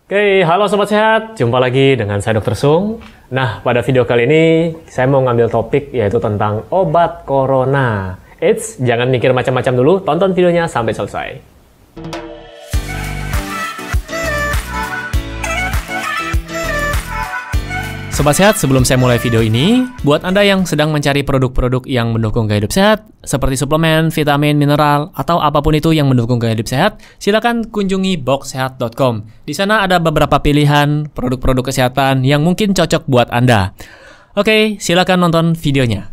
Oke, halo Sobat Sehat, jumpa lagi dengan saya Dr. Sung. Nah, pada video kali ini saya mau ngambil topik yaitu tentang obat corona. Eits, jangan mikir macam-macam dulu, tonton videonya sampai selesai. Sobat Sehat, sebelum saya mulai video ini, buat Anda yang sedang mencari produk-produk yang mendukung gaya hidup sehat, seperti suplemen, vitamin, mineral, atau apapun itu yang mendukung gaya hidup sehat, silakan kunjungi boxsehat.com. Di sana ada beberapa pilihan produk-produk kesehatan yang mungkin cocok buat Anda. Oke, silakan nonton videonya.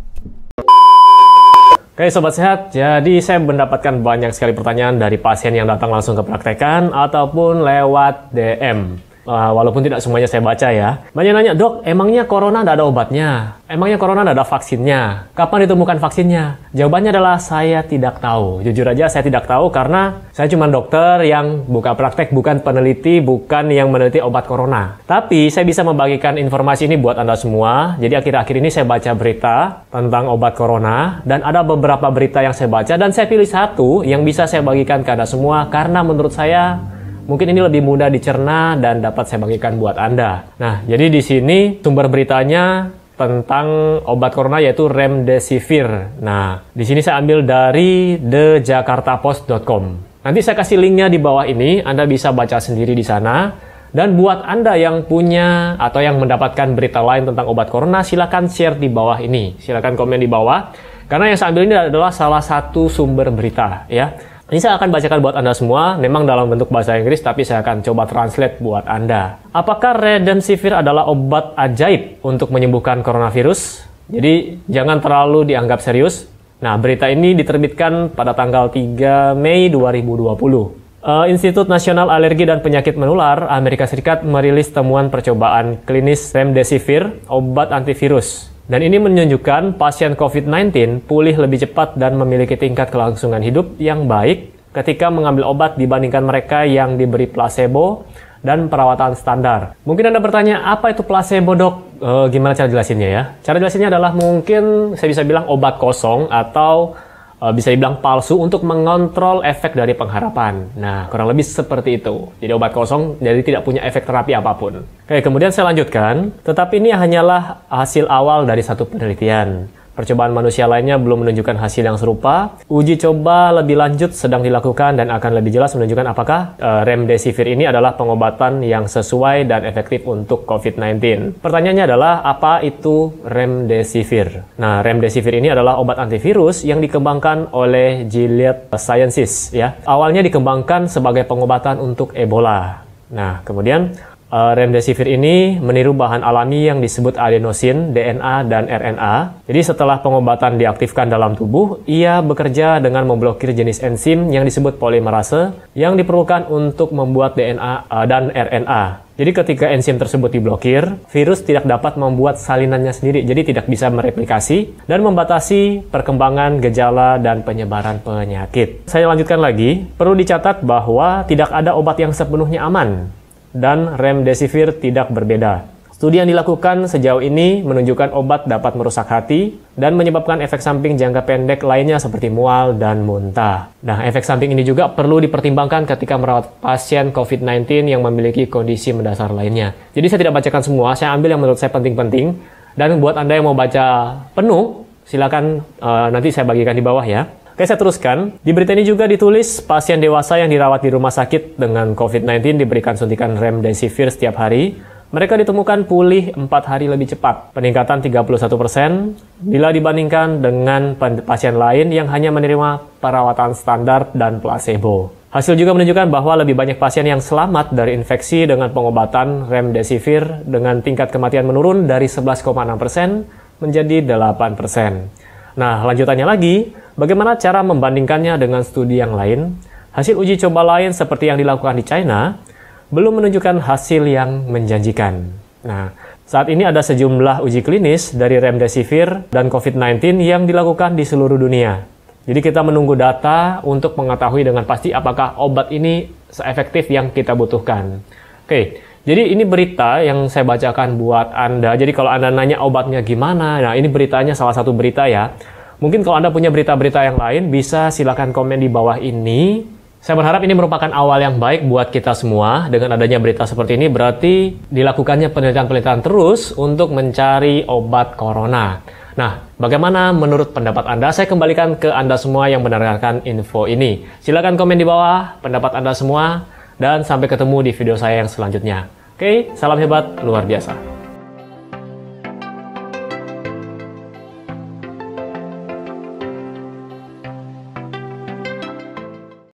Oke Sobat Sehat, jadi saya mendapatkan banyak sekali pertanyaan dari pasien yang datang langsung ke praktekan ataupun lewat DM. Walaupun tidak semuanya saya baca ya. Banyak nanya, dok, emangnya corona tidak ada obatnya? Emangnya corona tidak ada vaksinnya? Kapan ditemukan vaksinnya? Jawabannya adalah saya tidak tahu. Jujur aja saya tidak tahu karena saya cuma dokter yang buka praktek, bukan peneliti, bukan yang meneliti obat corona. Tapi saya bisa membagikan informasi ini buat Anda semua. Jadi akhir-akhir ini saya baca berita tentang obat corona dan ada beberapa berita yang saya baca dan saya pilih satu yang bisa saya bagikan ke Anda semua karena menurut saya mungkin ini lebih mudah dicerna dan dapat saya bagikan buat Anda. Nah, jadi di sini sumber beritanya tentang obat corona yaitu Remdesivir. Nah, di sini saya ambil dari thejakartapost.com. Nanti saya kasih linknya di bawah ini, Anda bisa baca sendiri di sana. Dan buat Anda yang punya atau yang mendapatkan berita lain tentang obat corona, silakan share di bawah ini. Silakan komen di bawah. Karena yang saya ambil ini adalah salah satu sumber berita, ya. Ini saya akan bacakan buat Anda semua, memang dalam bentuk bahasa Inggris, tapi saya akan coba translate buat Anda. Apakah Remdesivir adalah obat ajaib untuk menyembuhkan coronavirus? Jadi, jangan terlalu dianggap serius. Nah, berita ini diterbitkan pada tanggal 3 Mei 2020. Institut Nasional Alergi dan Penyakit Menular Amerika Serikat merilis temuan percobaan klinis Remdesivir, obat antivirus. Dan ini menunjukkan pasien COVID-19 pulih lebih cepat dan memiliki tingkat kelangsungan hidup yang baik ketika mengambil obat dibandingkan mereka yang diberi placebo dan perawatan standar. Mungkin Anda bertanya, apa itu placebo, dok? Gimana cara jelasinnya ya? Cara jelasinnya adalah mungkin saya bisa bilang obat kosong atau bisa dibilang palsu untuk mengontrol efek dari pengharapan. Nah, kurang lebih seperti itu. Jadi obat kosong, jadi tidak punya efek terapi apapun. Oke, kemudian saya lanjutkan. Tetapi ini hanyalah hasil awal dari satu penelitian. Percobaan manusia lainnya belum menunjukkan hasil yang serupa. Uji coba lebih lanjut sedang dilakukan dan akan lebih jelas menunjukkan apakah Remdesivir ini adalah pengobatan yang sesuai dan efektif untuk COVID-19. Pertanyaannya adalah, apa itu Remdesivir? Nah, Remdesivir ini adalah obat antivirus yang dikembangkan oleh Gilead Sciences. Ya. Awalnya dikembangkan sebagai pengobatan untuk Ebola. Nah, kemudian Remdesivir ini meniru bahan alami yang disebut adenosin, DNA, dan RNA. Jadi setelah pengobatan diaktifkan dalam tubuh, ia bekerja dengan memblokir jenis enzim yang disebut polimerase yang diperlukan untuk membuat DNA dan RNA. Jadi ketika enzim tersebut diblokir, virus tidak dapat membuat salinannya sendiri, jadi tidak bisa mereplikasi dan membatasi perkembangan gejala dan penyebaran penyakit. Saya lanjutkan lagi, perlu dicatat bahwa tidak ada obat yang sepenuhnya aman. Dan Remdesivir tidak berbeda. Studi yang dilakukan sejauh ini menunjukkan obat dapat merusak hati dan menyebabkan efek samping jangka pendek lainnya seperti mual dan muntah. Nah, efek samping ini juga perlu dipertimbangkan ketika merawat pasien COVID-19 yang memiliki kondisi mendasar lainnya. Jadi saya tidak bacakan semua, saya ambil yang menurut saya penting-penting. Dan buat Anda yang mau baca penuh, silakan nanti saya bagikan di bawah ya. Oke, saya teruskan. Di berita ini juga ditulis pasien dewasa yang dirawat di rumah sakit dengan COVID-19 diberikan suntikan Remdesivir setiap hari. Mereka ditemukan pulih 4 hari lebih cepat, peningkatan 31% bila dibandingkan dengan pasien lain yang hanya menerima perawatan standar dan placebo. Hasil juga menunjukkan bahwa lebih banyak pasien yang selamat dari infeksi dengan pengobatan Remdesivir dengan tingkat kematian menurun dari 11,6% menjadi 8%. Nah, lanjutannya lagi, bagaimana cara membandingkannya dengan studi yang lain? Hasil uji coba lain seperti yang dilakukan di China belum menunjukkan hasil yang menjanjikan. Nah, saat ini ada sejumlah uji klinis dari Remdesivir dan COVID-19 yang dilakukan di seluruh dunia. Jadi kita menunggu data untuk mengetahui dengan pasti apakah obat ini seefektif yang kita butuhkan. Oke, jadi ini berita yang saya bacakan buat Anda. Jadi kalau Anda nanya obatnya gimana, nah ini beritanya salah satu berita ya. Mungkin kalau Anda punya berita-berita yang lain, bisa silakan komen di bawah ini. Saya berharap ini merupakan awal yang baik buat kita semua. Dengan adanya berita seperti ini berarti dilakukannya penelitian-penelitian terus untuk mencari obat corona. Nah, bagaimana menurut pendapat Anda? Saya kembalikan ke Anda semua yang mendengarkan info ini. Silakan komen di bawah pendapat Anda semua dan sampai ketemu di video saya yang selanjutnya. Oke, salam hebat luar biasa.